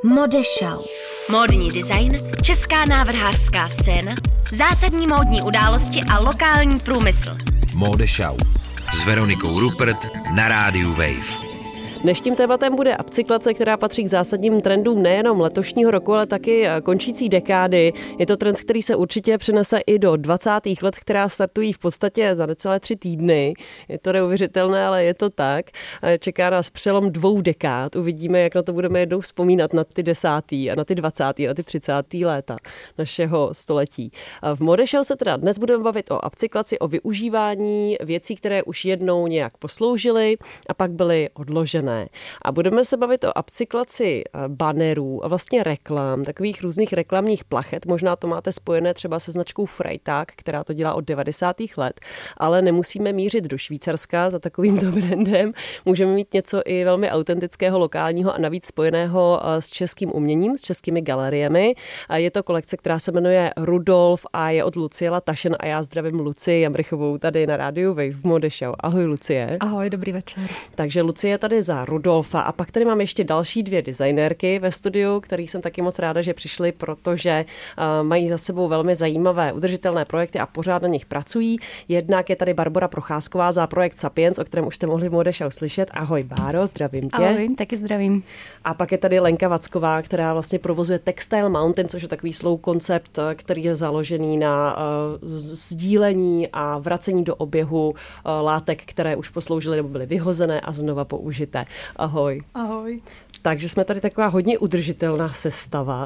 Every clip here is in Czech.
Modeshow. Módní design, česká návrhářská scéna, zásadní módní události a lokální průmysl. Modeshow s Veronikou Rupert na rádiu Wave. Dnešním tématem bude upcyklace, která patří k zásadním trendům nejenom letošního roku, ale taky končící dekády. Je to trend, který se určitě přenese i do 20. let, která startují v podstatě za necelé 3 týdny. Je to neuvěřitelné, ale je to tak. Čeká nás přelom 2 dekád. Uvidíme, jak na to budeme jednou vzpomínat na ty 10. a na ty 20. a na ty 30. léta našeho století. V Modeshow se teda dnes budeme bavit o upcyklaci, o využívání věcí, které už jednou nějak posloužily a pak byly odložené. A budeme se bavit o upcyklaci bannerů a vlastně reklam, takových různých reklamních plachet. Možná to máte spojené třeba se značkou Freitag, která to dělá od 90. let, ale nemusíme mířit do Švýcarska za takovýmto brandem. Můžeme mít něco i velmi autentického, lokálního a navíc spojeného s českým uměním, s českými galeriemi. Je to kolekce, která se jmenuje Rudolf a je od Lucie Latašen a já zdravím Lucii Jamrichovou tady na rádiu Wave v Modeshow. Ahoj Lucie. Ahoj, dobrý večer. Takže Lucie je tady za Rudolfa a pak tady mám ještě další 2 designérky ve studiu, který jsem taky moc ráda, že přišly, protože mají za sebou velmi zajímavé udržitelné projekty a pořád na nich pracují. Jednak je tady Barbora Procházková za projekt Sapiens, o kterém už jste mohli v Modeshow slyšet. Ahoj Báro, zdravím tě. Ahoj, taky zdravím. A pak je tady Lenka Vacková, která vlastně provozuje Textile Mountain, což je takový slow koncept, který je založený na sdílení a vracení do oběhu látek, které už posloužily nebo byly vyhozené a znova použité. Ahoj. Ahoj. Takže jsme tady taková hodně udržitelná sestava.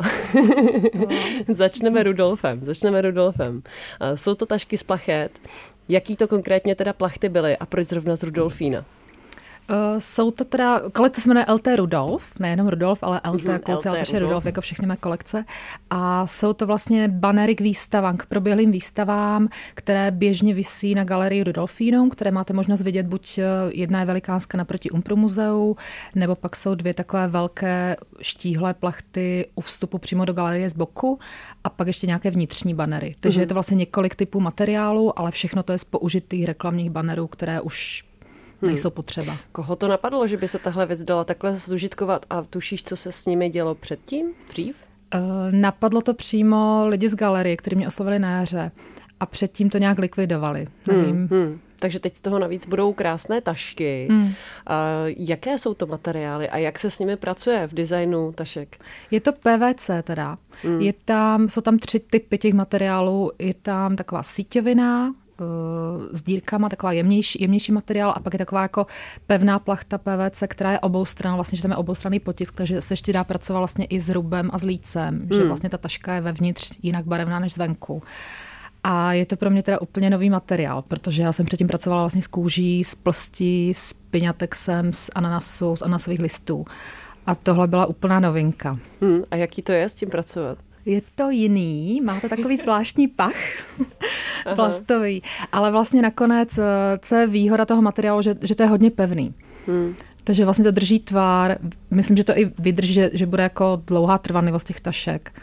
Začneme Rudolfem. Jsou to tašky z plachet. Jaký to konkrétně teda plachty byly a proč zrovna z Rudolfína? Jsou to teda, kolekce se jmenuje LT Rudolf, nejenom Rudolf, ale LT jako Rudolf, jako všechny mé kolekce. A jsou to vlastně banery k výstavám, k proběhlým výstavám, které běžně visí na galerii Rudolfínum, které máte možnost vidět, buď jedna je velikánská naproti Umpru muzeu, nebo pak jsou 2 takové velké štíhlé plachty u vstupu přímo do galerie z boku a pak ještě nějaké vnitřní banery. Takže je to vlastně několik typů materiálu, ale všechno to je z použitých reklamních banerů, které už nejsou potřeba. Koho to napadlo, že by se tahle věc dala takhle zužitkovat a tušíš, co se s nimi dělo předtím, dřív? Napadlo to přímo lidi z galerie, kteří mě oslovili na jaře a předtím to nějak likvidovali. Nevím. Takže teď z toho navíc budou krásné tašky. Jaké jsou to materiály a jak se s nimi pracuje v designu tašek? Je to PVC teda. Jsou tam 3 typy těch materiálů. Je tam taková síťovina, s dírkama, taková jemnější materiál a pak je taková jako pevná plachta PVC, která je oboustranná, vlastně, že tam je oboustranný potisk, takže se ještě dá pracovat vlastně i s rubem a s lícem, že vlastně ta taška je vevnitř jinak barevná než zvenku. A je to pro mě teda úplně nový materiál, protože já jsem předtím pracovala vlastně s kůží, s plstí, s piňatexem, z ananasu, z ananasových listů. A tohle byla úplná novinka. A jaký to je s tím pracovat? Je to jiný, má to takový zvláštní pach plastový, ale vlastně nakonec, co je výhoda toho materiálu, že to je hodně pevný. Takže vlastně to drží tvar, myslím, že to i vydrží, že bude jako dlouhá trvanlivost těch tašek.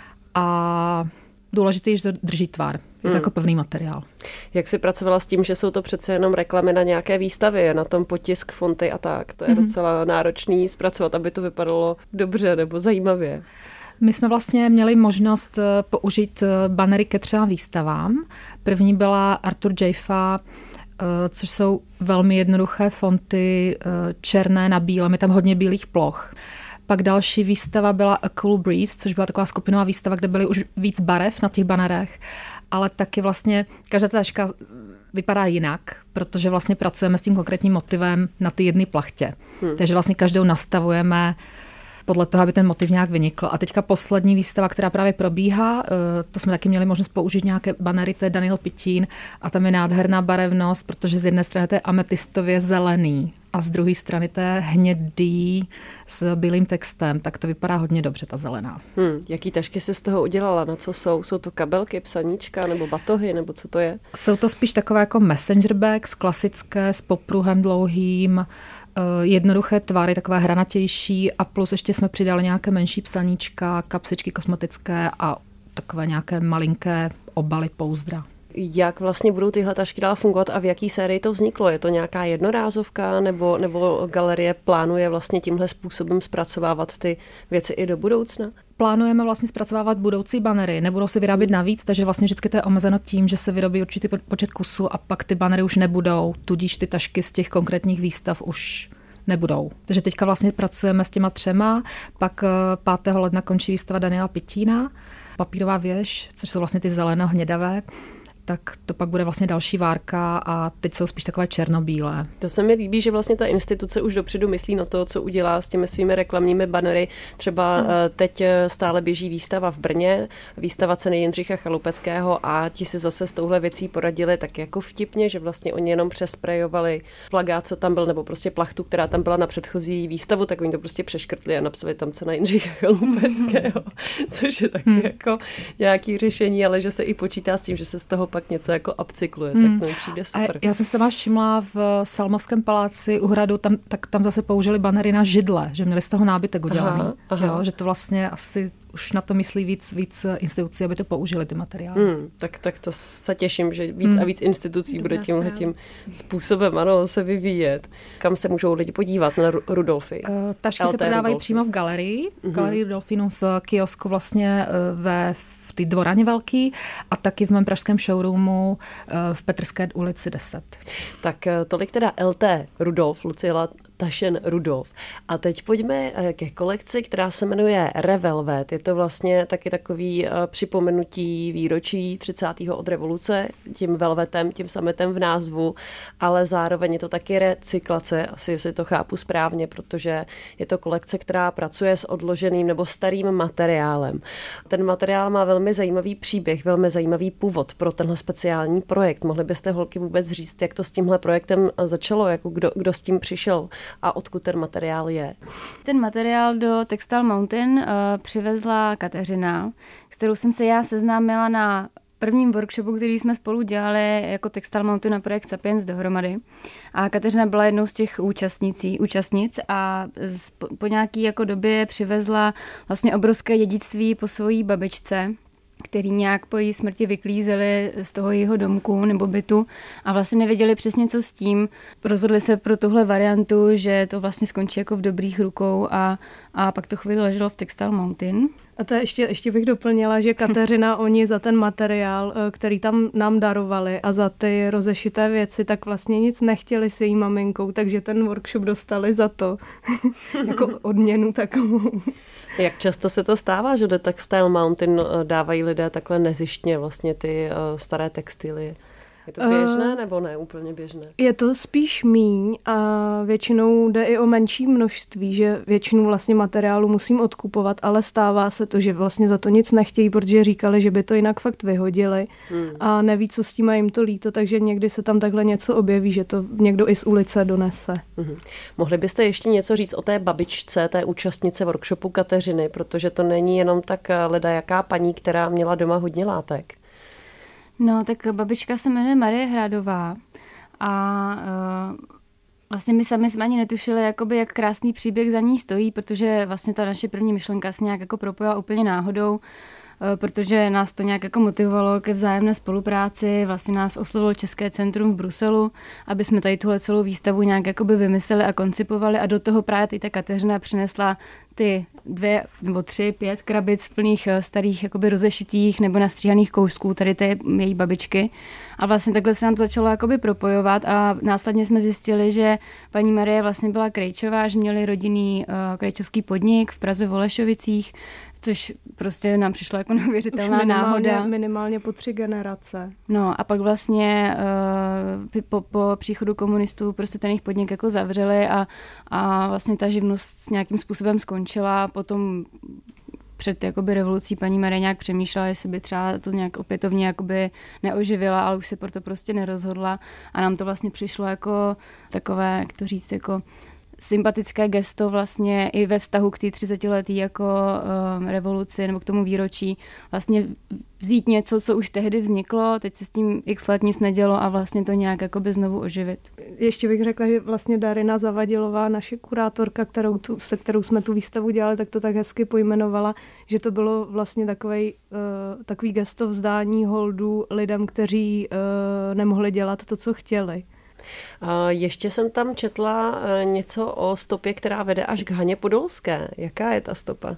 A důležité je, že to drží tvar. Je to jako pevný materiál. Jak jsi pracovala s tím, že jsou to přece jenom reklamy na nějaké výstavě, na tom potisk, fonty a tak? To je docela náročný zpracovat, aby to vypadalo dobře nebo zajímavě. My jsme vlastně měli možnost použít banery ke 3 výstavám. První byla Arthur Jaffa, což jsou velmi jednoduché fonty, černé na bílém, je tam hodně bílých ploch. Pak další výstava byla A Cool Breeze, což byla taková skupinová výstava, kde byly už víc barev na těch banerech, ale taky vlastně každá taška vypadá jinak, protože vlastně pracujeme s tím konkrétním motivem na ty jedné plachtě. Takže vlastně každou nastavujeme podle toho, aby ten motiv nějak vynikl. A teďka poslední výstava, která právě probíhá, to jsme taky měli možnost použít nějaké banery, to je Daniel Pitín a tam je nádherná barevnost, protože z jedné strany to je ametistově zelený a z druhé strany to je hnědý s bílým textem, tak to vypadá hodně dobře, ta zelená. Jaký tašky jsi z toho udělala? Na co jsou? Jsou to kabelky, psaníčka nebo batohy, nebo co to je? Jsou to spíš takové jako messenger bags, klasické, s popruhem dlouhým, jednoduché tvary, takové hranatější a plus ještě jsme přidali nějaké menší psaníčka, kapsičky kosmetické a takové nějaké malinké obaly pouzdra. Jak vlastně budou tyhle tašky dál fungovat a v jaký sérii to vzniklo? Je to nějaká jednorázovka nebo galerie plánuje vlastně tímhle způsobem zpracovávat ty věci i do budoucna? Plánujeme vlastně zpracovávat budoucí banery, nebudou se vyrábět navíc, takže vlastně vždycky to je omezeno tím, že se vyrobí určitý počet kusů a pak ty banery už nebudou, tudíž ty tašky z těch konkrétních výstav už nebudou. Takže teďka vlastně pracujeme s těma 3, pak 5. ledna končí výstava Daniela Pitína, papírová věž, což jsou vlastně ty zeleno-hnědavé, tak to pak bude vlastně další várka a teď jsou spíš takové černobílé. To se mi líbí, že vlastně ta instituce už dopředu myslí na to, co udělá s těmi svými reklamními banery. Třeba teď stále běží výstava v Brně, výstava ceny Jindřicha Chalupeckého a ti si zase s touhle věcí poradili tak jako vtipně, že vlastně oni jenom přesprejovali plakát, co tam byl, nebo prostě plachtu, která tam byla na předchozí výstavu, tak oni to prostě přeškrtli a napsali tam cena Jindřicha Chalupeckého, což je taky jako nějaký řešení, ale že se i počítá s tím, že se z toho pak něco jako upcykluje, tak to mi přijde super. A já jsem se vás všimla v Salmovském paláci u Hradu, tam zase použili banery na židle, že měli z toho nábytek udělaný. Jo, že to vlastně asi už na to myslí víc institucí, aby to použili ty materiály. Tak to se těším, že víc a víc institucí bude tímhletím způsobem se vyvíjet. Kam se můžou lidi podívat na Rudolfy? Tašky se prodávají přímo v galerii. V galerii Rudolfinum v kiosku vlastně v té Dvoraně velký a taky v mém pražském showroomu v Petrské ulici 10. Tak tolik teda LT Rudolf, Lucila Tašen Rudolf. A teď pojďme ke kolekci, která se jmenuje Revelvet. Je to vlastně taky takový připomenutí výročí 30. od revoluce, tím velvetem, tím sametem v názvu, ale zároveň je to taky recyklace, asi si to chápu správně, protože je to kolekce, která pracuje s odloženým nebo starým materiálem. Ten materiál má velmi zajímavý příběh, velmi zajímavý původ pro tenhle speciální projekt. Mohli byste, holky, vůbec říct, jak to s tímhle projektem začalo, jako kdo s tím přišel a odkud ten materiál je? Ten materiál do Textile Mountain přivezla Kateřina, s kterou jsem se já seznámila na prvním workshopu, který jsme spolu dělali jako Textile Mountain na projekt Sapiens dohromady. A Kateřina byla jednou z těch účastnic a po nějaký jako době přivezla vlastně obrovské dědictví po svojí babičce, který nějak po její smrti vyklízeli z toho jejího domku nebo bytu a vlastně nevěděli přesně, co s tím. Rozhodli se pro tuhle variantu, že to vlastně skončí jako v dobrých rukou a pak to chvíli leželo v Textile Mountain. A to ještě bych doplnila, že Kateřina, oni za ten materiál, který tam nám darovali a za ty rozešité věci, tak vlastně nic nechtěli s její maminkou, takže ten workshop dostali za to jako odměnu takovou. Jak často se to stává, že do Textile Mountain dávají lidé takhle nezištně vlastně ty staré textily? Je to běžné nebo ne úplně běžné? Je to spíš míň a většinou jde i o menší množství, že většinu vlastně materiálu musím odkupovat, ale stává se to, že vlastně za to nic nechtějí, protože říkali, že by to jinak fakt vyhodili a neví, co s tím a jim to líto, takže někdy se tam takhle něco objeví, že to někdo i z ulice donese. Mohli byste ještě něco říct o té babičce, té účastnice workshopu Kateřiny, protože to není jenom tak ledajaká paní, která měla doma hodně látek. No, tak babička se jmenuje Marie Hrádová a vlastně my sami jsme ani netušili, jakoby, jak krásný příběh za ní stojí, protože vlastně ta naše první myšlenka se nějak jako propojila úplně náhodou, protože nás to nějak jako motivovalo ke vzájemné spolupráci. Vlastně nás oslovilo České centrum v Bruselu, aby jsme tady tuhle celou výstavu nějak jakoby vymysleli a koncipovali a do toho právě ta Kateřina přinesla ty 2 nebo 3, 5 krabic plných starých jakoby rozešitých nebo nastříhaných kousků tady té její babičky. A vlastně takhle se nám to začalo jakoby propojovat a následně jsme zjistili, že paní Marie vlastně byla krejčová, že měli rodinný krejčovský podnik v Praze v Olešovicích, což prostě nám přišlo jako neuvěřitelná náhoda. Minimálně po 3 generace. No a pak vlastně po příchodu komunistů prostě ten jejich podnik jako zavřeli a vlastně ta živnost nějakým způsobem skončila. Potom před jakoby revolucí paní Marie nějak přemýšlela, jestli by třeba to nějak opětovně jakoby neoživila, ale už se proto prostě nerozhodla a nám to vlastně přišlo jako takové, jak to říct, jako sympatické gesto vlastně i ve vztahu k té 30letý jako revoluci nebo k tomu výročí. Vlastně vzít něco, co už tehdy vzniklo, teď se s tím x let nic nedělo a vlastně to nějak jakoby znovu oživit. Ještě bych řekla, že vlastně Darina Zavadilová, naše kurátorka, se kterou jsme tu výstavu dělali, tak to tak hezky pojmenovala, že to bylo vlastně takový gesto vzdání holdu lidem, kteří nemohli dělat to, co chtěli. Ještě jsem tam četla něco o stopě, která vede až k Haně Podolské. Jaká je ta stopa?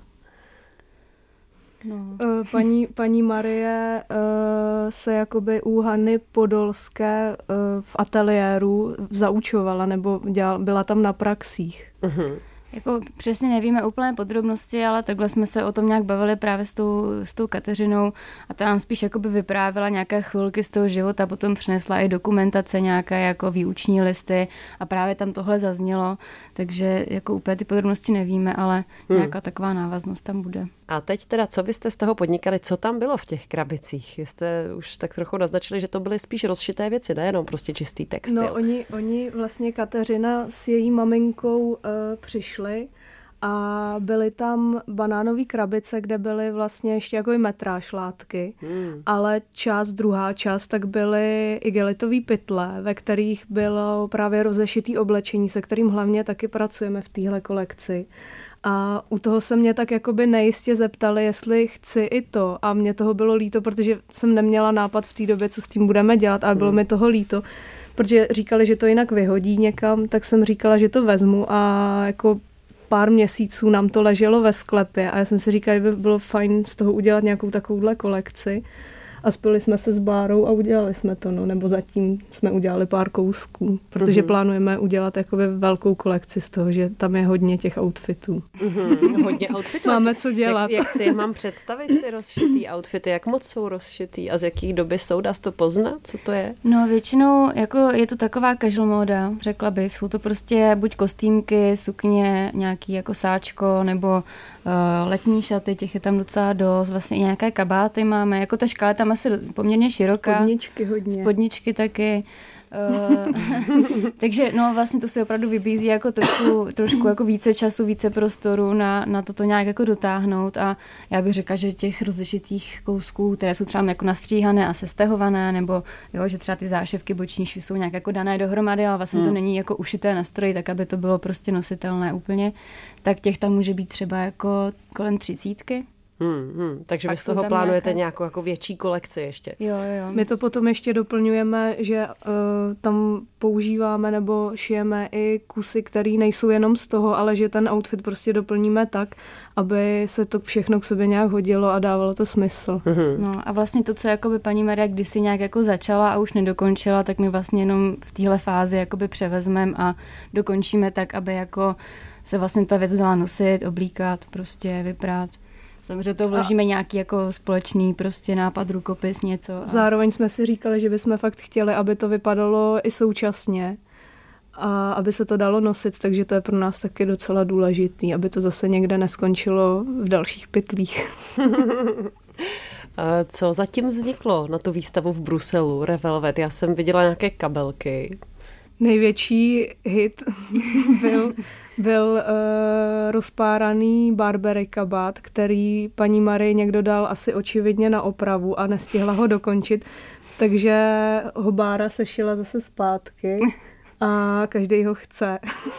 No. Paní Marie se jakoby u Hany Podolské v ateliéru zaučovala nebo byla tam na praxích. Uh-huh. Jako přesně nevíme úplně podrobnosti, ale takhle jsme se o tom nějak bavili právě s tou Kateřinou a ta nám spíš jakoby vyprávěla nějaké chvilky z toho života, potom přinesla i dokumentace, nějaké jako výuční listy a právě tam tohle zaznělo, takže jako úplně ty podrobnosti nevíme, ale nějaká taková návaznost tam bude. A teď teda, co byste z toho podnikali, co tam bylo v těch krabicích? Jste už tak trochu naznačili, že to byly spíš rozšité věci, nejenom prostě čistý textil. No oni vlastně Kateřina s její maminkou přišli a byly tam banánové krabice, kde byly vlastně ještě jako i metráž látky, ale druhá část, tak byly igelitové pytle, ve kterých bylo právě rozešitý oblečení, se kterým hlavně taky pracujeme v téhle kolekci. A u toho se mě tak jakoby nejistě zeptali, jestli chci i to. A mě toho bylo líto, protože jsem neměla nápad v té době, co s tím budeme dělat, ale bylo mi toho líto, protože říkali, že to jinak vyhodí někam, tak jsem říkala, že to vezmu a jako pár měsíců nám to leželo ve sklepě a já jsem si říkala, že by bylo fajn z toho udělat nějakou takovouhle kolekci. A spojili jsme se s Bárou a udělali jsme to, nebo zatím jsme udělali pár kousků, protože plánujeme udělat jakoby velkou kolekci z toho, že tam je hodně těch outfitů. Hodně outfitů. Máme co dělat. Jak si mám představit ty rozšitý outfity, jak moc jsou rozšitý a z jakých doby jsou, dá se to poznat, co to je? No většinou jako je to taková casual móda, řekla bych, jsou to prostě buď kostýmky, sukně, nějaký jako sáčko, nebo letní šaty, těch je tam docela dost, vlastně i nějaké kabáty máme, jako ta škála tam asi poměrně široká. Spodničky hodně. Spodničky taky. Takže no vlastně to se opravdu vybízí jako trošku jako více času, více prostoru na toto nějak jako dotáhnout a já bych řekla, že těch rozlišitých kousků, které jsou třeba jako nastříhané a sestehované, nebo jo, že třeba ty záševky boční švy jsou nějak jako dané dohromady, ale vlastně to není jako ušité na stroji, tak aby to bylo prostě nositelné úplně, tak těch tam může být třeba jako kolem 30. Takže vy z toho plánujete nějakou jako větší kolekci ještě. Jo. My to potom ještě doplňujeme, že tam používáme nebo šijeme i kusy, které nejsou jenom z toho, ale že ten outfit prostě doplníme tak, aby se to všechno k sobě nějak hodilo a dávalo to smysl. No a vlastně to, co jakoby paní Maria kdysi nějak jako začala a už nedokončila, tak my vlastně jenom v téhle fázi jakoby převezmeme a dokončíme tak, aby jako se vlastně ta věc dala nosit, oblíkat, prostě vyprát. Samozřejmě to vložíme nějaký jako společný prostě nápad, rukopis, něco. Zároveň jsme si říkali, že bychom fakt chtěli, aby to vypadalo i současně a aby se to dalo nosit, takže to je pro nás taky docela důležitý, aby to zase někde neskončilo v dalších pytlích. Co zatím vzniklo na tu výstavu v Bruselu, Revelvet? Já jsem viděla nějaké kabelky. Největší hit byl rozpáraný Burberry kabát, který paní Marie někdo dal asi očividně na opravu a nestihla ho dokončit, takže ho Bára sešila zase zpátky a každý ho chce.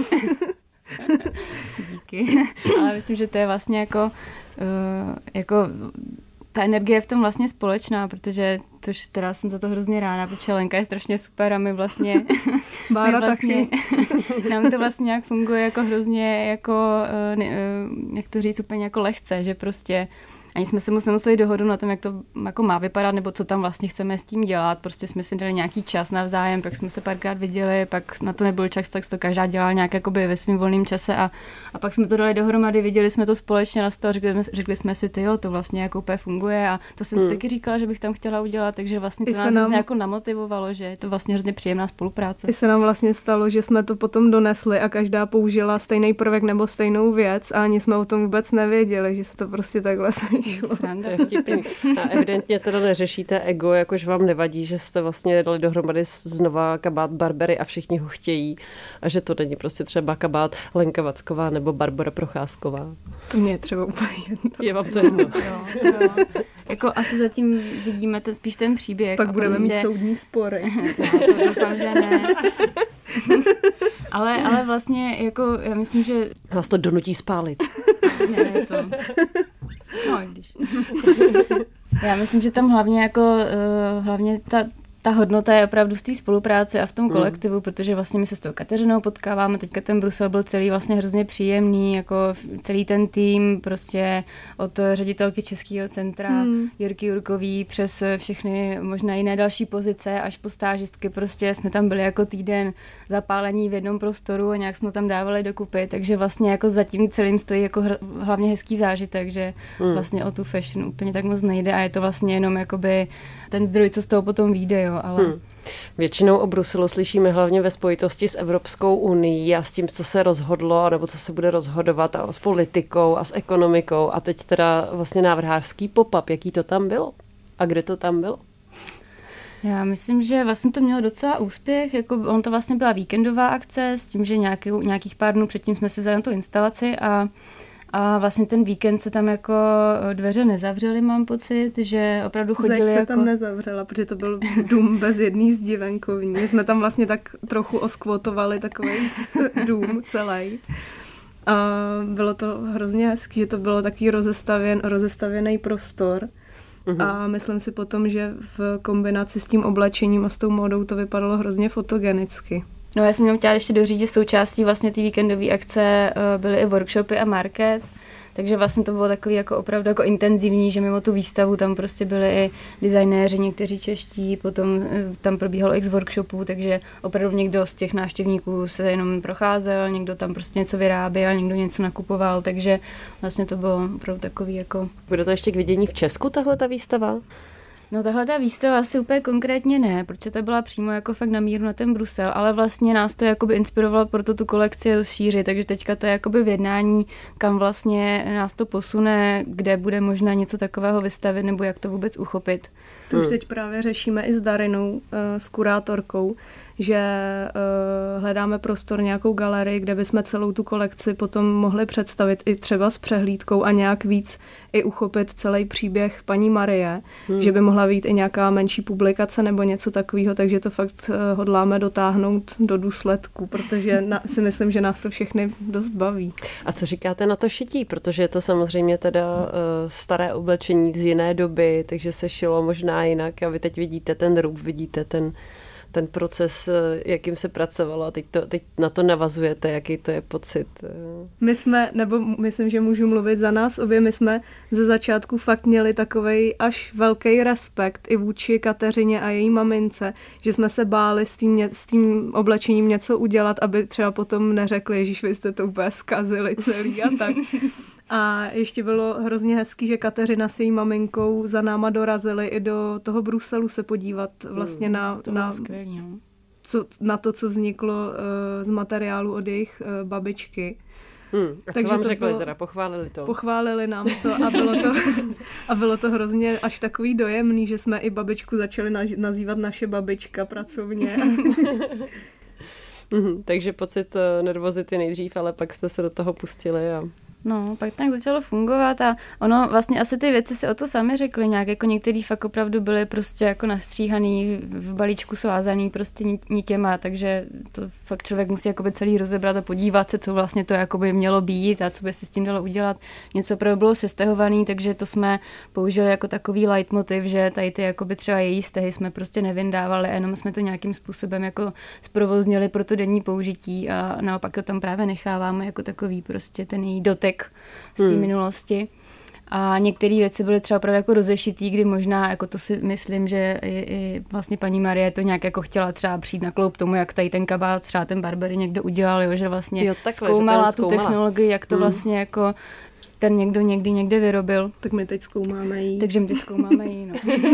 Díky. Ale myslím, že to je vlastně jako ta energie je v tom vlastně společná, protože, což teda jsem za to hrozně ráda, protože Lenka je strašně super a my vlastně... Bára taky. Nám to vlastně nějak funguje jako hrozně, jako, jak to říct, úplně jako lehce, že prostě ani jsme se moc nemuseli dohodnout na tom, jak to jako má vypadat, nebo co tam vlastně chceme s tím dělat. Prostě jsme si dali nějaký čas navzájem, pak jsme se párkrát viděli, pak na to nebyl čas, tak to každá dělala nějak jakoby ve svým volném čase a pak jsme to dali dohromady, viděli jsme to společně na stole, řekli jsme si, tyjo, to vlastně jako úplně funguje a to jsem si taky říkala, že bych tam chtěla udělat takže vlastně to nás vlastně jako namotivovalo, že je to vlastně hrozně příjemná spolupráce. I se nám vlastně stalo, že jsme to potom donesli a každá použila stejný prvek nebo stejnou věc a ani jsme o tom vůbec nevěděli, že se to prostě takhle sešlo. A evidentně teda neřešíte ego, jakož vám nevadí, že jste vlastně dali dohromady znova kabát Barbery a všichni ho chtějí a že to není prostě třeba kabát Lenka Vacková nebo Barbora Procházková. To mě je třeba úplně jedno. Je vám to jedno. Jo. Jako asi zatím vidíme spíš ten příběh. Pak budeme mít soudní spory. No, to doufám, že ne. ale vlastně jako já myslím, že... Vás to donutí spálit. Ne, to... No, když... Já myslím, že tam hlavně ta hodnota je opravdu v té spolupráci a v tom kolektivu, protože vlastně my se s tou Kateřinou potkáváme, teďka ten Brusel byl celý vlastně hrozně příjemný, jako celý ten tým, prostě od ředitelky Českého centra Jirky Jurkový přes všechny možná jiné další pozice až po stážistky, prostě jsme tam byli jako týden zapálení v jednom prostoru a nějak jsme tam dávali dokupy, takže vlastně jako za tím celým stojí jako hlavně hezký zážitek, že vlastně o tu fashion úplně tak moc nejde a je to vlastně jenom jakoby ten zdroj, co z toho potom vyjde, jo, ale... Většinou o Bruselu slyšíme hlavně ve spojitosti s Evropskou unií a s tím, co se rozhodlo, nebo co se bude rozhodovat a s politikou a s ekonomikou a teď teda vlastně návrhářský pop-up, jaký to tam bylo a kde to tam bylo? Já myslím, že vlastně to mělo docela úspěch, jako on to vlastně byla víkendová akce s tím, že nějakých pár dnů předtím jsme si vzali na tu instalaci a vlastně ten víkend se tam jako dveře nezavřely, mám pocit, že opravdu chodili Zeď se jako... tam nezavřela, protože to byl dům bez jedný zdi venkovní. My jsme tam vlastně tak trochu oskvotovali takový dům celý. A bylo to hrozně hezký, že to bylo takový rozestavěný prostor. A myslím si potom, že v kombinaci s tím oblečením a s tou módou to vypadalo hrozně fotogenicky. No já jsem měla chtěla ještě doříct, že součástí vlastně té víkendové akce byly i workshopy a market, takže vlastně to bylo takový jako opravdu jako intenzivní, že mimo tu výstavu tam prostě byli i designéři, někteří čeští, potom tam probíhalo x workshopů, takže opravdu někdo z těch návštěvníků se jenom procházel, někdo tam prostě něco vyráběl, někdo něco nakupoval, takže vlastně to bylo opravdu takový jako... Bude to ještě k vidění v Česku tahle ta výstava? No tahle ta výstava asi úplně konkrétně ne, protože ta byla přímo jako fakt na míru na ten Brusel, ale vlastně nás to jakoby inspirovalo proto tu kolekci rozšířit, takže teďka to je jakoby v jednání, kam vlastně nás to posune, kde bude možná něco takového vystavit nebo jak to vůbec uchopit. To už teď právě řešíme i s Darinou, s kurátorkou, že hledáme prostor, nějakou galerii, kde bychom celou tu kolekci potom mohli představit i třeba s přehlídkou a nějak víc i uchopit celý příběh paní Marie, že by mohla být i nějaká menší publikace nebo něco takového, takže to fakt hodláme dotáhnout do důsledku, protože si myslím, že nás to všechny dost baví. A co říkáte na to šití? Protože je to samozřejmě teda staré oblečení z jiné doby, takže se šilo možná jinak a vy teď vidíte ten rub, vidíte ten proces, jakým se pracovalo a teď na to navazujete, jaký to je pocit? Myslím, že můžu mluvit za nás obě, my jsme ze začátku fakt měli takovej až velký respekt i vůči Kateřině a její mamince, že jsme se báli s tím oblečením něco udělat, aby třeba potom neřekli, ježiš, vy jste to úplně zkazili celý a tak. A ještě bylo hrozně hezký, že Kateřina s její maminkou za náma dorazili i do toho Bruselu se podívat vlastně na to, co vzniklo z materiálu od jejich babičky. A co vám řekli teda? Pochválili to? Pochválili nám to a bylo to hrozně až takový dojemný, že jsme i babičku začali nazývat naše babička pracovně. Takže pocit nervozity nejdřív, ale pak jste se do toho pustili a... No, pak tak začalo fungovat a ono vlastně asi ty věci si o to sami řekli nějak, jako některý fakt opravdu byly prostě jako nastříhaný, v balíčku svázaný prostě nitěma, takže to fakt člověk musí jakoby celý rozebrat a podívat se, co vlastně to jakoby mělo být a co by si s tím dalo udělat. Něco opravdu bylo sestehovaný, takže to jsme použili jako takový leitmotiv, že tady ty jakoby třeba její stehy jsme prostě nevyndávali, jenom jsme to nějakým způsobem jako zprovoznili pro to denní použití a naopak to tam právě necháváme jako takový prostě ten její dotek z té minulosti. A některé věci byly třeba opravdu jako rozešitý, kdy možná, jako to si myslím, že i vlastně paní Marie to nějak jako chtěla třeba přijít na kloub tomu, jak tady ten kabát, třeba ten Barbery někdo udělal, jo, že vlastně zkoumala tu technologii, jak to vlastně jako ten někdo někdy někde vyrobil. Tak my teď zkoumáme jí. Takže my teď zkoumáme jí, no.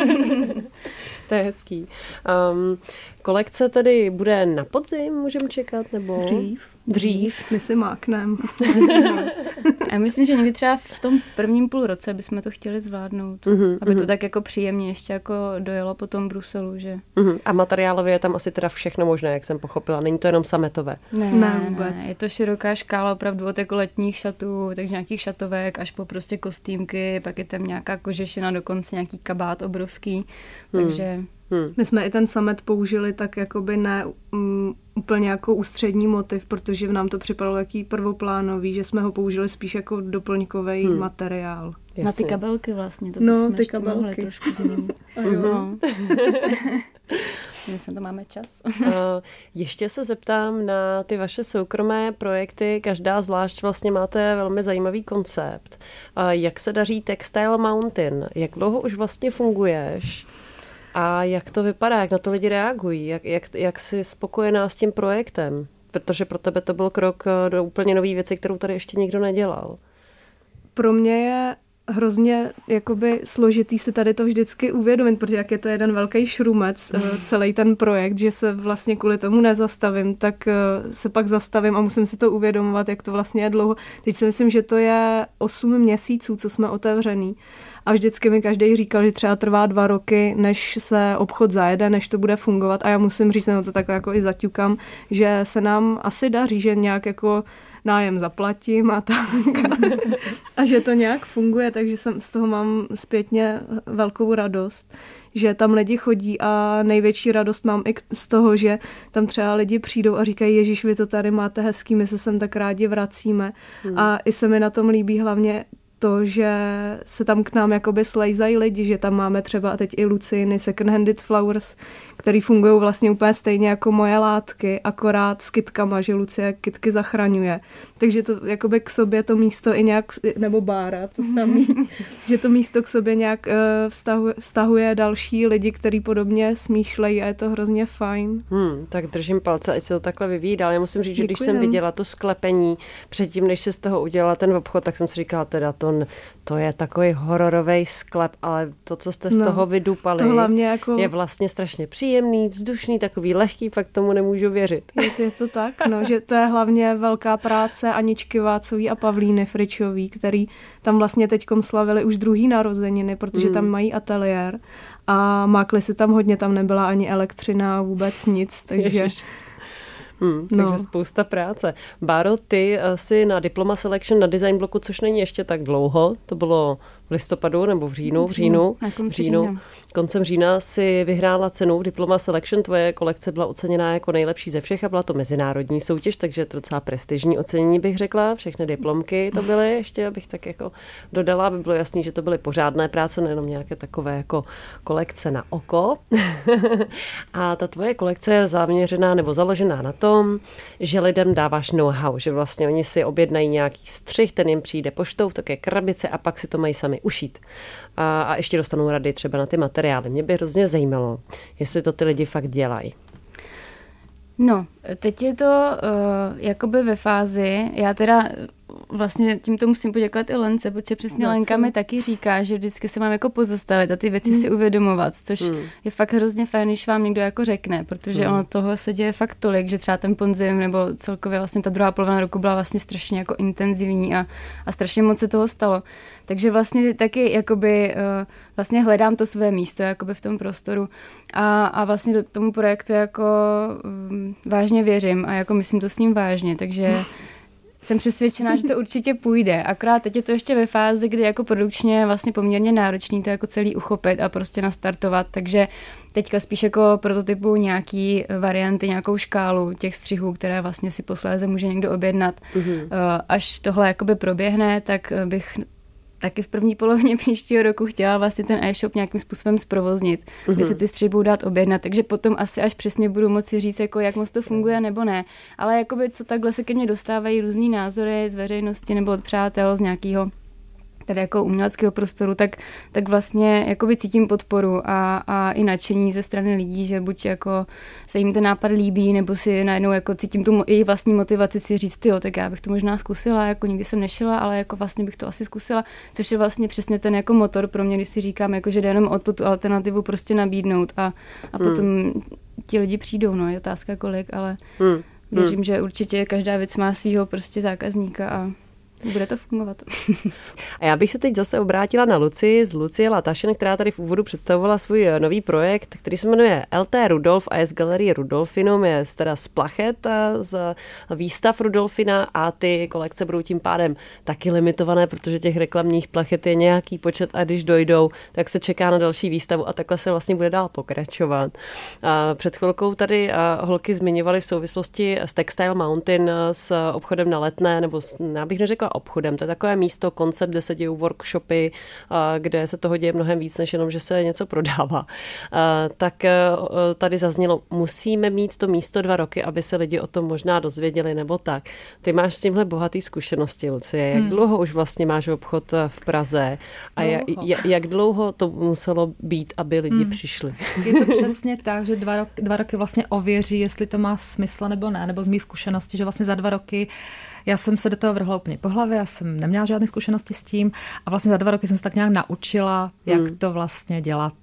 To je hezký. Kolekce tedy bude na podzim, můžeme čekat, nebo? Dřív. My si mákneme. A myslím, že někdy třeba v tom prvním půlroce bychom to chtěli zvládnout, aby to tak jako příjemně ještě jako dojelo po tom Bruselu, že? A materiálově je tam asi teda všechno možné, jak jsem pochopila. Není to jenom sametové. Ne, vůbec. Je to široká škála opravdu od jako letních šatů, takže nějakých šatovek až po prostě kostýmky, pak je tam nějaká kožešina, dokonce nějaký kabát obrovský, takže... My jsme i ten samet použili tak jakoby ne úplně jako ústřední motiv, protože v nám to připadalo jaký prvoplánový, že jsme ho použili spíš jako doplňkový materiál. Jasně. Na ty kabelky vlastně, to bychom ještě mohli trošku změnit. No. Myslím, to máme čas. Ještě se zeptám na ty vaše soukromé projekty. Každá zvlášť vlastně máte velmi zajímavý koncept. Jak se daří Textile Mountain? Jak dlouho už vlastně funguješ? A jak to vypadá, jak na to lidi reagují, jak jsi spokojená s tím projektem? Protože pro tebe to byl krok do úplně nové věci, kterou tady ještě nikdo nedělal. Pro mě je hrozně jakoby složitý si tady to vždycky uvědomit, protože jak je to jeden velký šrumec, celý ten projekt, že se vlastně kvůli tomu nezastavím, tak se pak zastavím a musím si to uvědomovat, jak to vlastně je dlouho. Teď si myslím, že to je 8 měsíců, co jsme otevřený. A vždycky mi každý říkal, že třeba trvá 2 roky, než se obchod zajede, než to bude fungovat. A já musím říct, no to takhle jako i zaťukám, že se nám asi daří, že nějak jako nájem zaplatím a tak. A že to nějak funguje, takže z toho mám zpětně velkou radost, že tam lidi chodí a největší radost mám i z toho, že tam třeba lidi přijdou a říkají, Ježíš, vy to tady máte hezký, my se sem tak rádi vracíme. A i se mi na tom líbí hlavně to, že se tam k nám jakoby slejzají lidi, že tam máme třeba teď i Luciny, Second-Handed Flowers, který fungují vlastně úplně stejně jako moje látky, akorát s kytkama, že Lucie kytky zachraňuje. Takže to jakoby k sobě to místo i nějak, nebo Bára, to samý, že to místo k sobě nějak vztahuje další lidi, který podobně smýšlejí a je to hrozně fajn. Tak držím palce, ať se to takhle vyvíjí dál. Já musím říct, že když jsem viděla to sklepení předtím, než se z toho udělala ten obchod, tak jsem si říkala, teda to je takový hororový sklep, ale to, co jste z toho vydupali, jako... je vlastně strašně příjemný, vzdušný, takový lehký, fakt tomu nemůžu věřit. Je to tak, no, že to je hlavně velká práce Aničky Vácový a Pavlíny Fričový, který tam vlastně teďkom slavili už 2. narozeniny, protože tam mají ateliér a mákli si tam hodně, tam nebyla ani elektřina, vůbec nic, takže... Takže spousta práce. Báro, ty jsi na Diploma Selection na Design bloku, což není ještě tak dlouho, to bylo v listopadu nebo v říjnu. Koncem října si vyhrála cenu Diploma Selection, tvoje kolekce byla oceněná jako nejlepší ze všech a byla to mezinárodní soutěž, takže to docela prestižní ocenění, bych řekla. Všechny diplomky to byly, ještě abych tak jako dodala, aby bylo jasný, že to byly pořádné práce, nejenom nějaké takové jako kolekce na oko. A ta tvoje kolekce je zaměřená nebo založená na tom, že lidem dáváš know-how, že vlastně oni si objednají nějaký střih, ten jim přijde poštou v také krabice a pak si to mají sami ušít. A ještě dostanou rady třeba na ty materiály. Mě by hrozně zajímalo, jestli to ty lidi fakt dělají. No, teď je to jakoby ve fázi, já teda vlastně tímto musím poděkovat i Lence, protože přesně Lenka mi taky říká, že vždycky se mám jako pozastavit a ty věci si uvědomovat, což je fakt hrozně fajn, když vám někdo jako řekne, protože ono toho se děje fakt tolik, že třeba ten podzim nebo celkově vlastně ta druhá polovina roku byla vlastně strašně jako intenzivní a strašně moc se toho stalo. Takže vlastně taky jakoby vlastně hledám to své místo jakoby v tom prostoru a vlastně do tomu projektu jako vážně věřím a jako myslím to s ním vážně, takže jsem přesvědčená, že to určitě půjde. Akorát teď je to ještě ve fázi, kdy jako produkčně je vlastně poměrně náročný to jako celý uchopit a prostě nastartovat, takže teďka spíš jako prototypu nějaký varianty, nějakou škálu těch střihů, které vlastně si posléze může někdo objednat. Až tohle jakoby proběhne, tak bych taky v první polovině příštího roku chtěla vlastně ten e-shop nějakým způsobem zprovoznit, kde se ty střihy budou dát objednat, takže potom asi až přesně budu moci říct, jako jak moc to funguje nebo ne. Ale jakoby co takhle se ke mně dostávají různý názory z veřejnosti nebo od přátel z nějakého tady jako uměleckého prostoru, tak vlastně jakoby cítím podporu a i nadšení ze strany lidí, že buď jako se jim ten nápad líbí, nebo si najednou jako cítím tu jejich vlastní motivaci si říct, jo, tak já bych to možná zkusila, jako nikdy jsem nešila, ale jako vlastně bych to asi zkusila, což je vlastně přesně ten jako motor pro mě, když si říkám, jako, že jde jenom o tu alternativu prostě nabídnout a potom ti lidi přijdou, no, je otázka kolik, ale věřím, že určitě každá věc má svýho prostě zákazníka a bude to fungovat. A já bych se teď zase obrátila na Lucii z Lucie Latašen, která tady v úvodu představovala svůj nový projekt, který se jmenuje LT Rudolf a je z galerie Rudolfinum, je teda z plachet z výstav Rudolfina a ty kolekce budou tím pádem taky limitované, protože těch reklamních plachet je nějaký počet a když dojdou, tak se čeká na další výstavu a takhle se vlastně bude dál pokračovat. Před chvilkou tady holky zmiňovaly v souvislosti s Textile Mountain s obchodem na Letné, nebo já bych neřekla obchodem. To je takové místo, koncept, kde se dějí workshopy, kde se toho děje mnohem víc, než jenom, že se něco prodává. Tak tady zaznělo, musíme mít to místo 2 roky, aby se lidi o tom možná dozvěděli, nebo tak. Ty máš s tímhle bohatý zkušenosti, Lucie. Jak dlouho už vlastně máš obchod v Praze a jak dlouho to muselo být, aby lidi přišli? Je to přesně tak, že 2 roky vlastně ověří, jestli to má smysl nebo ne, nebo z mých zkušeností, že vlastně za 2 roky já jsem se do toho vrhla úplně po hlavě, já jsem neměla žádné zkušenosti s tím a vlastně za 2 roky jsem se tak nějak naučila, jak to vlastně dělat.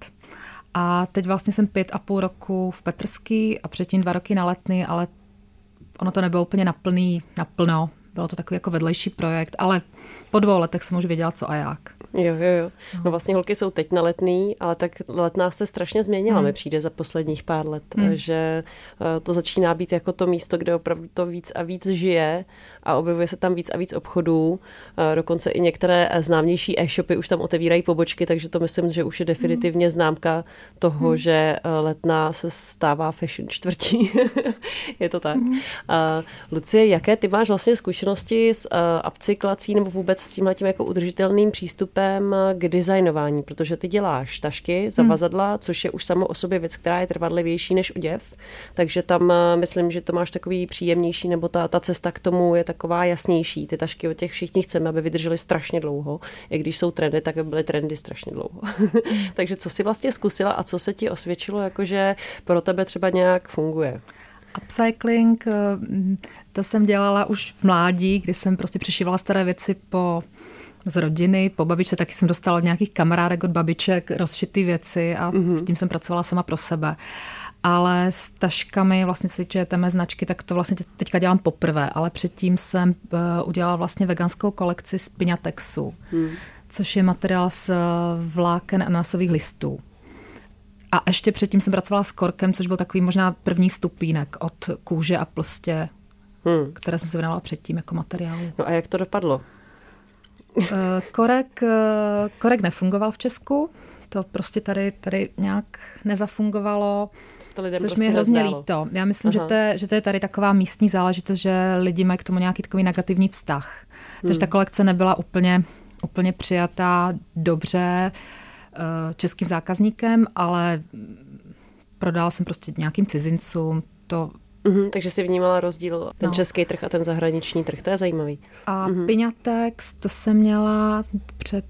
A teď vlastně jsem 5,5 roku v Petrský a předtím 2 roky na Letný, ale ono to nebylo úplně naplno. Bylo to takový jako vedlejší projekt, ale po 2 letech jsem už věděla, co a jak. Jo. No vlastně holky jsou teď na Letný, ale tak Letná se strašně změnila, mi přijde za posledních pár let, že to začíná být jako to místo, kde opravdu to víc a víc žije a objevuje se tam víc a víc obchodů. Dokonce i některé známější e-shopy už tam otevírají pobočky, takže to myslím, že už je definitivně známka toho, že Letná se stává fashion čtvrtí. Je to tak. Lucie, jaké ty máš vlastně zkušenosti s upcyklací nebo vůbec s tímhletím jako udržitelným přístupem k designování, protože ty děláš tašky, zavazadla, což je už samo o sobě věc, která je trvanlivější než oděv, takže tam myslím, že to máš takový příjemnější, nebo ta cesta k tomu je taková jasnější. Ty tašky od těch všichni chceme, aby vydržely strašně dlouho. I když jsou trendy, tak aby byly trendy strašně dlouho. Takže co jsi vlastně zkusila a co se ti osvědčilo, jakože pro tebe třeba nějak funguje? Upcycling, to jsem dělala už v mládí, kdy jsem prostě přešívala staré věci z rodiny, po babičce taky jsem dostala od nějakých kamarádek, od babiček rozšitý věci a s tím jsem pracovala sama pro sebe. Ale s taškami, vlastně si četeme značky, tak to vlastně teďka dělám poprvé, ale předtím jsem udělala vlastně veganskou kolekci z Piñatexu, což je materiál z vláken ananasových listů. A ještě předtím jsem pracovala s korkem, což byl takový možná první stupínek od kůže a plstě, které jsem se věnovala předtím jako materiálu. No a jak to dopadlo? Korek nefungoval v Česku, to prostě tady nějak nezafungovalo, což prostě mi je hrozně nezdálo. líto. Já myslím, že to je tady taková místní záležitost, že lidi mají k tomu nějaký takový negativní vztah. Takže ta kolekce nebyla úplně přijatá dobře českým zákazníkem, ale prodala jsem prostě nějakým cizincům. Takže jsi vnímala rozdíl ten český trh a ten zahraniční trh, to je zajímavý. A Piñatex, to jsem měla před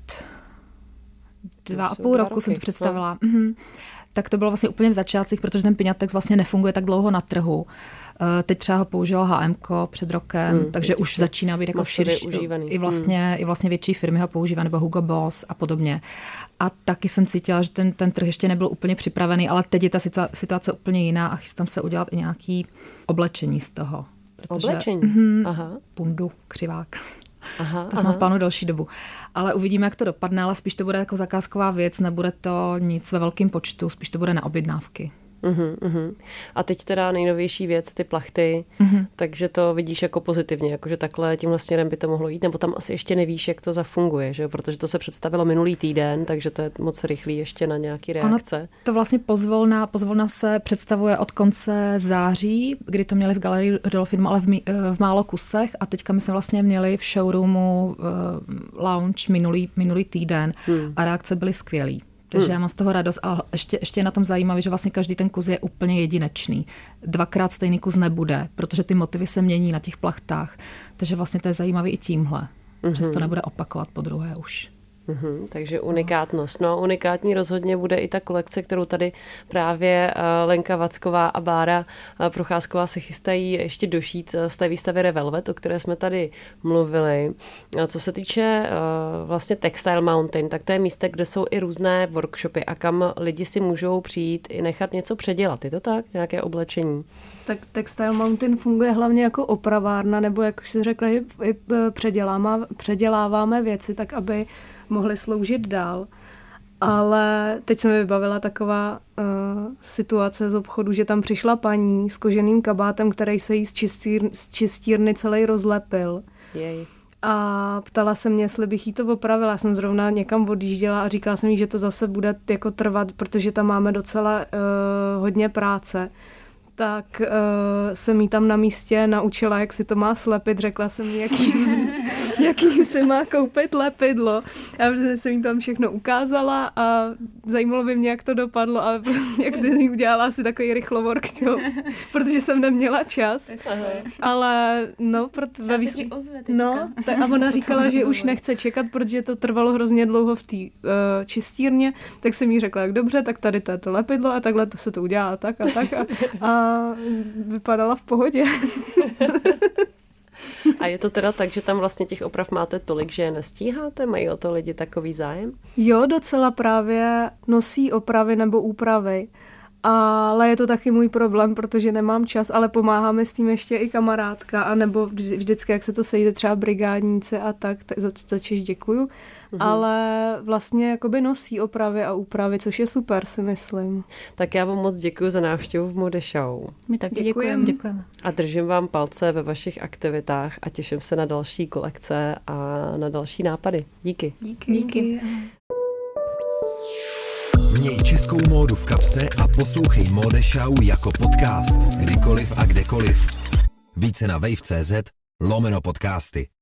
2,5 roku jsem to představila. Tak to bylo vlastně úplně v začátcích, protože ten Piñatex vlastně nefunguje tak dlouho na trhu. Teď třeba ho použilo H&M před rokem, takže už začíná být jako širší. I vlastně větší firmy ho používají, nebo Hugo Boss a podobně. A taky jsem cítila, že ten trh ještě nebyl úplně připravený, ale teď je ta situace úplně jiná a chystám se udělat i nějaký oblečení z toho. Oblečení? Pundu, křivák. To má plánu další dobu. Ale uvidíme, jak to dopadne, ale spíš to bude jako zakázková věc, nebude to nic ve velkém počtu, spíš to bude na objednávky. A teď teda nejnovější věc, ty plachty, takže to vidíš jako pozitivně, jakože takhle tímhle směrem by to mohlo jít, nebo tam asi ještě nevíš, jak to zafunguje, že? Protože to se představilo minulý týden, takže to je moc rychlý ještě na nějaký reakce. To vlastně pozvolna se představuje od konce září, kdy to měli v galerii Rudolfinum, ale v málo kusech a teďka my jsme vlastně měli v showroomu launch minulý týden a reakce byly skvělý. Takže já mám z toho radost a ještě je na tom zajímavé, že vlastně každý ten kus je úplně jedinečný. 2krát stejný kus nebude, protože ty motivy se mění na těch plachtách. Takže vlastně to je zajímavé i tímhle, že se to nebude opakovat po druhé už. Takže unikátnost. No a unikátní rozhodně bude i ta kolekce, kterou tady právě Lenka Vacková a Bára Procházková se chystají ještě došít z té výstavy Revelvet, o které jsme tady mluvili. A co se týče vlastně Textile Mountain, tak to je místo, kde jsou i různé workshopy a kam lidi si můžou přijít i nechat něco předělat. Je to tak? Nějaké oblečení? Tak Textile Mountain funguje hlavně jako opravárna, nebo jak už si řekla, že předěláváme věci tak, aby mohly sloužit dál. Ale teď se mi vybavila taková situace z obchodu, že tam přišla paní s koženým kabátem, který se jí z čistírny celý rozlepil. Jej. A ptala se mě, jestli bych jí to opravila. Já jsem zrovna někam odjížděla a říkala jsem jí, že to zase bude jako trvat, protože tam máme docela hodně práce. Tak jsem jí tam na místě naučila, jak si to má slepit. Řekla jsem jí, jaký si má koupit lepidlo. Já jsem jí tam všechno ukázala a zajímalo by mě, jak to dopadlo, ale prostě jak ty udělala asi takový rychlovork, jo? Protože jsem neměla čas. Ale no, protože a ona říkala, že už nechce čekat, protože to trvalo hrozně dlouho v té čistírně, tak jsem jí řekla, jak dobře, tak tady to je to lepidlo a takhle to se to udělá tak a vypadala v pohodě. A je to teda tak, že tam vlastně těch oprav máte tolik, že je nestíháte? Mají o to lidi takový zájem? Jo, docela právě nosí opravy nebo úpravy. Ale je to taky můj problém, protože nemám čas, ale pomáháme s tím ještě i kamarádka, anebo vždycky, jak se to sejde třeba brigádníci a tak za čež děkuju. Ale vlastně jakoby nosí opravy a úpravy, což je super, si myslím. Tak já vám moc děkuji za návštěvu v Mode Show. My taky děkujeme. A držím vám palce ve vašich aktivitách a těším se na další kolekce a na další nápady. Díky. Díky. Měj českou módu v kapse a poslouchej Mode Show jako podcast. Kdykoliv a kdekoliv. Více na wave.cz/podcasty.